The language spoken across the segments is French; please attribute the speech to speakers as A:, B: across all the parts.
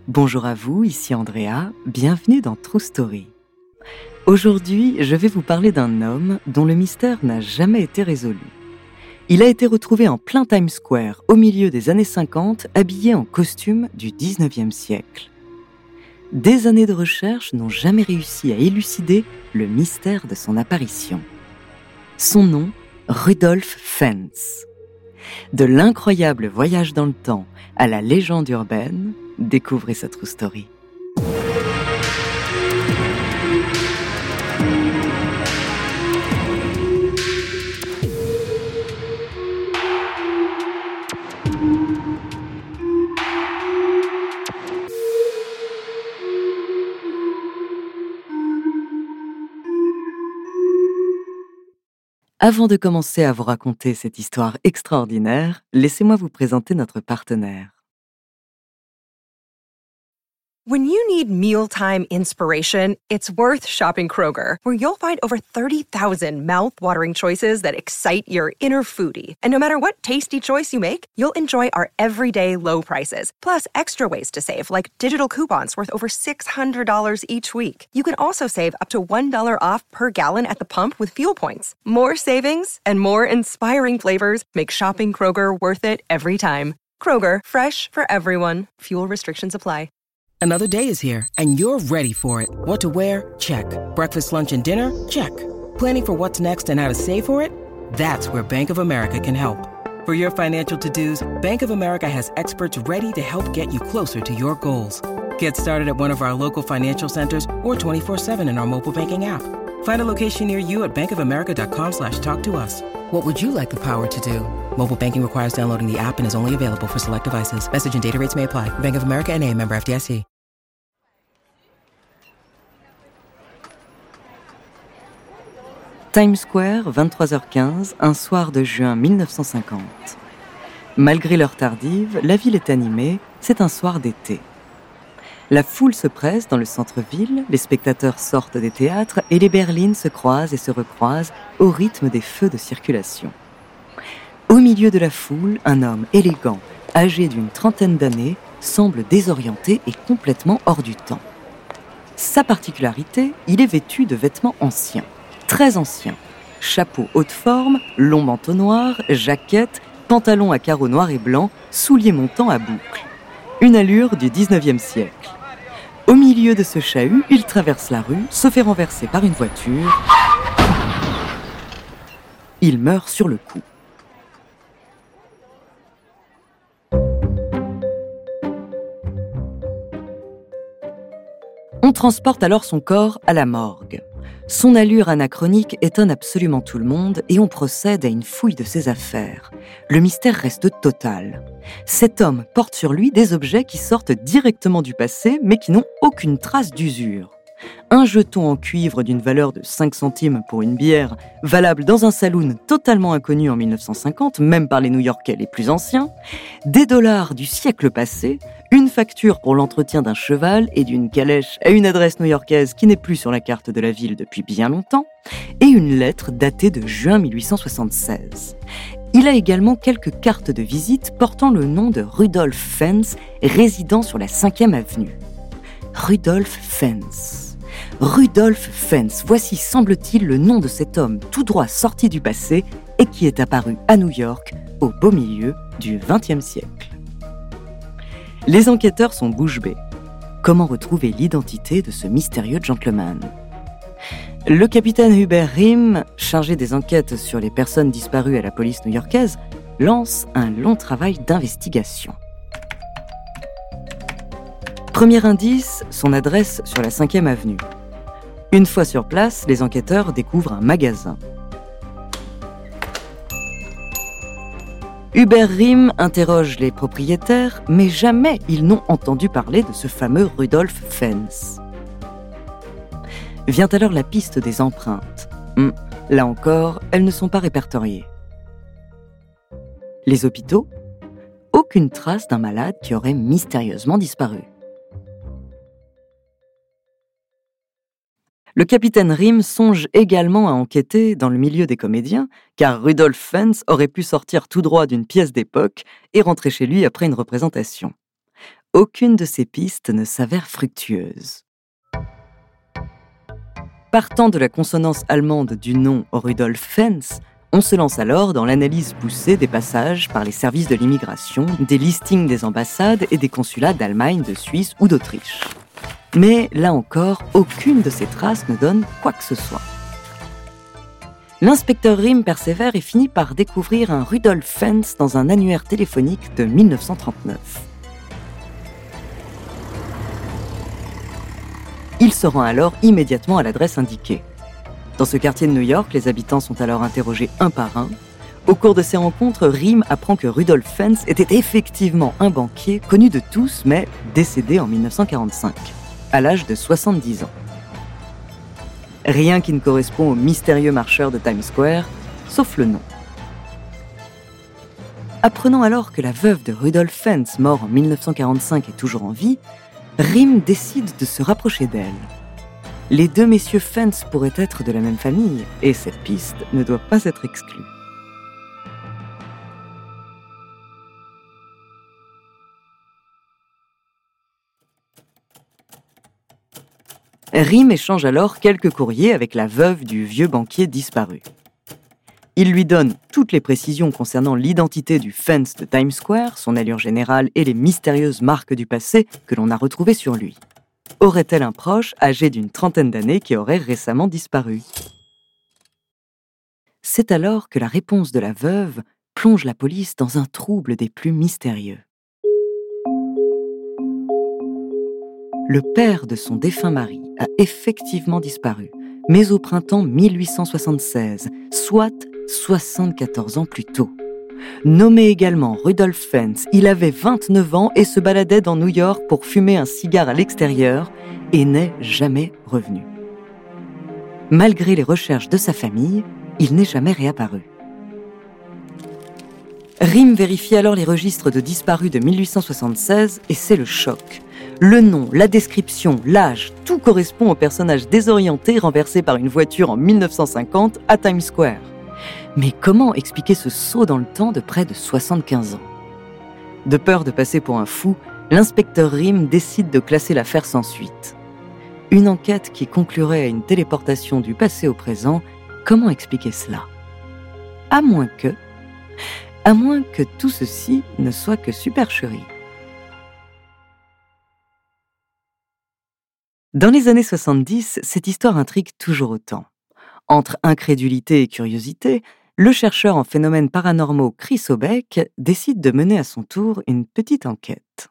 A: Bonjour à vous, ici Andrea, bienvenue dans True Story. Aujourd'hui, je vais vous parler d'un homme dont le mystère n'a jamais été résolu. Il a été retrouvé en plein Times Square, au milieu des années 50, habillé en costume du 19e siècle. Des années de recherche n'ont jamais réussi à élucider le mystère de son apparition. Son nom, Rudolph Fentz. De l'incroyable voyage dans le temps à la légende urbaine, découvrez sa True Story. Avant de commencer à vous raconter cette histoire extraordinaire, laissez-moi vous présenter notre partenaire.
B: When you need mealtime inspiration, it's worth shopping Kroger, where you'll find over 30,000 mouth-watering choices that excite your inner foodie. And no matter what tasty choice you make, you'll enjoy our everyday low prices, plus extra ways to save, like digital coupons worth over $600 each week. You can also save up to $1 off per gallon at the pump with fuel points. More savings and more inspiring flavors make shopping Kroger worth it every time. Kroger, fresh for everyone. Fuel restrictions apply.
C: Another day is here, and you're ready for it. What to wear? Check. Breakfast, lunch, and dinner? Check. Planning for what's next and how to save for it? That's where Bank of America can help. For your financial to-dos, Bank of America has experts ready to help get you closer to your goals. Get started at one of our local financial centers or 24/7 in our mobile banking app. Find a location near you at bankofamerica.com/talktous. What would you like the power to do? Mobile banking requires downloading the app and is only available for select devices. Message and data rates may apply. Bank of America N.A., member FDIC.
A: Times Square, 23h15, un soir de juin 1950. Malgré l'heure tardive, la ville est animée, c'est un soir d'été. La foule se presse dans le centre-ville, les spectateurs sortent des théâtres et les berlines se croisent et se recroisent au rythme des feux de circulation. Au milieu de la foule, un homme élégant, âgé d'une trentaine d'années, semble désorienté et complètement hors du temps. Sa particularité, il est vêtu de vêtements anciens. Très ancien. Chapeau haute forme, long manteau noir, jaquette, pantalon à carreaux noirs et blancs, souliers montants à boucles. Une allure du 19e siècle. Au milieu de ce chahut, il traverse la rue, se fait renverser par une voiture. Il meurt sur le coup. On transporte alors son corps à la morgue. Son allure anachronique étonne absolument tout le monde et on procède à une fouille de ses affaires. Le mystère reste total. Cet homme porte sur lui des objets qui sortent directement du passé mais qui n'ont aucune trace d'usure. Un jeton en cuivre d'une valeur de 5 centimes pour une bière, valable dans un saloon totalement inconnu en 1950, même par les New-Yorkais les plus anciens, des dollars du siècle passé, une facture pour l'entretien d'un cheval et d'une calèche à une adresse new-yorkaise qui n'est plus sur la carte de la ville depuis bien longtemps, et une lettre datée de juin 1876. Il a également quelques cartes de visite portant le nom de Rudolph Fentz, résidant sur la 5e avenue. Rudolph Fentz. Rudolph Fentz, voici semble-t-il le nom de cet homme tout droit sorti du passé et qui est apparu à New York au beau milieu du XXe siècle. Les enquêteurs sont bouche bée. Comment retrouver l'identité de ce mystérieux gentleman ? Le capitaine Hubert Rimm, chargé des enquêtes sur les personnes disparues à la police new-yorkaise, lance un long travail d'investigation. Premier indice, son adresse sur la 5e avenue. Une fois sur place, les enquêteurs découvrent un magasin. Hubert Rimm interroge les propriétaires, mais jamais ils n'ont entendu parler de ce fameux Rudolph Fentz. Vient alors la piste des empreintes. Là encore, elles ne sont pas répertoriées. Les hôpitaux ? Aucune trace d'un malade qui aurait mystérieusement disparu. Le capitaine Rimm songe également à enquêter dans le milieu des comédiens, car Rudolph Fentz aurait pu sortir tout droit d'une pièce d'époque et rentrer chez lui après une représentation. aucune de ces pistes ne s'avère fructueuse. Partant de la consonance allemande du nom Rudolf Fentz, on se lance alors dans l'analyse poussée des passages par les services de l'immigration, des listings des ambassades et des consulats d'Allemagne, de Suisse ou d'Autriche. Mais là encore, aucune de ces traces ne donne quoi que ce soit. L'inspecteur Rihm persévère et finit par découvrir un Rudolf Fentz dans un annuaire téléphonique de 1939. Il se rend alors immédiatement à l'adresse indiquée. Dans ce quartier de New York, les habitants sont alors interrogés un par un. Au cours de ces rencontres, Rihm apprend que Rudolf Fentz était effectivement un banquier connu de tous, mais décédé en 1945, à l'âge de 70 ans. Rien qui ne correspond au mystérieux marcheur de Times Square, sauf le nom. Apprenant alors que la veuve de Rudolf Fentz, mort en 1945, est toujours en vie, Rihm décide de se rapprocher d'elle. Les deux messieurs Fentz pourraient être de la même famille, et cette piste ne doit pas être exclue. Rihm échange alors quelques courriers avec la veuve du vieux banquier disparu. Il lui donne toutes les précisions concernant l'identité du Fentz de Times Square, son allure générale et les mystérieuses marques du passé que l'on a retrouvées sur lui. Aurait-elle un proche âgé d'une trentaine d'années qui aurait récemment disparu ? C'est alors que la réponse de la veuve plonge la police dans un trouble des plus mystérieux. Le père de son défunt mari a effectivement disparu, mais au printemps 1876, soit 74 ans plus tôt. Nommé également Rudolf Fentz, il avait 29 ans et se baladait dans New York pour fumer un cigare à l'extérieur et n'est jamais revenu. Malgré les recherches de sa famille, il n'est jamais réapparu. Rihm vérifie alors les registres de disparus de 1876 et c'est le choc. Le nom, la description, l'âge, tout correspond au personnage désorienté renversé par une voiture en 1950 à Times Square. Mais comment expliquer ce saut dans le temps de près de 75 ans ? De peur de passer pour un fou, l'inspecteur Rihm décide de classer l'affaire sans suite. Une enquête qui conclurait à une téléportation du passé au présent, comment expliquer cela ? À moins que tout ceci ne soit que supercherie. Dans les années 70, cette histoire intrigue toujours autant. Entre incrédulité et curiosité, le chercheur en phénomènes paranormaux Chris Aubeck décide de mener à son tour une petite enquête.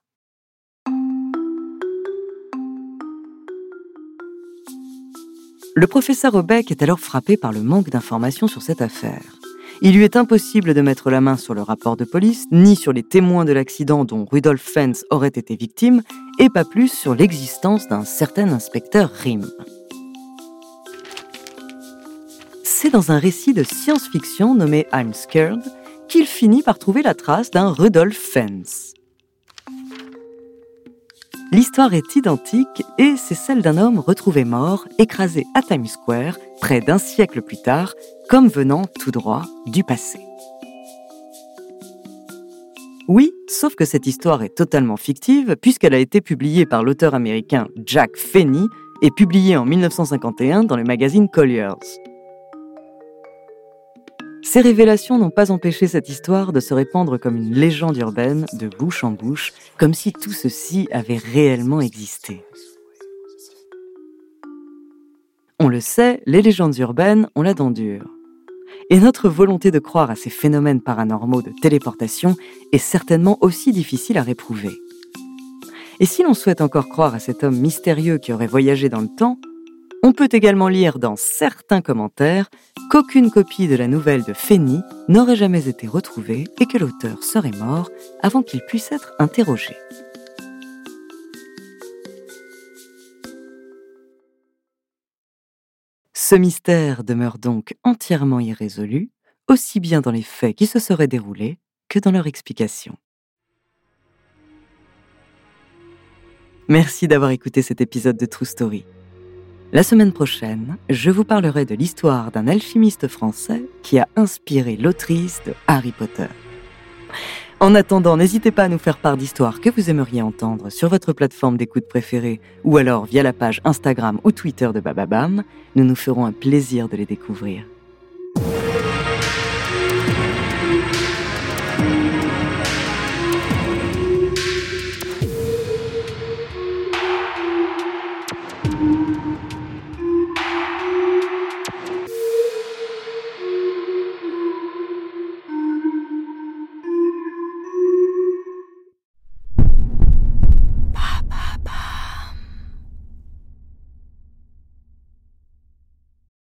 A: Le professeur Aubeck est alors frappé par le manque d'informations sur cette affaire. Il lui est impossible de mettre la main sur le rapport de police, ni sur les témoins de l'accident dont Rudolf Fentz aurait été victime, et pas plus sur l'existence d'un certain inspecteur Rihm. C'est dans un récit de science-fiction nommé I'm Scared qu'il finit par trouver la trace d'un Rudolf Fentz. L'histoire est identique et c'est celle d'un homme retrouvé mort, écrasé à Times Square, près d'un siècle plus tard, comme venant tout droit du passé. Oui, sauf que cette histoire est totalement fictive puisqu'elle a été publiée par l'auteur américain Jack Finney et publiée en 1951 dans le magazine Collier's. Ces révélations n'ont pas empêché cette histoire de se répandre comme une légende urbaine de bouche en bouche, comme si tout ceci avait réellement existé. On le sait, les légendes urbaines ont la dent dure. Et notre volonté de croire à ces phénomènes paranormaux de téléportation est certainement aussi difficile à réprouver. Et si l'on souhaite encore croire à cet homme mystérieux qui aurait voyagé dans le temps, on peut également lire dans certains commentaires qu'aucune copie de la nouvelle de Finney n'aurait jamais été retrouvée et que l'auteur serait mort avant qu'il puisse être interrogé. Ce mystère demeure donc entièrement irrésolu, aussi bien dans les faits qui se seraient déroulés que dans leur explication. Merci d'avoir écouté cet épisode de True Story. La semaine prochaine, je vous parlerai de l'histoire d'un alchimiste français qui a inspiré l'autrice de Harry Potter. En attendant, n'hésitez pas à nous faire part d'histoires que vous aimeriez entendre sur votre plateforme d'écoute préférée ou alors via la page Instagram ou Twitter de Bababam. Nous nous ferons un plaisir de les découvrir.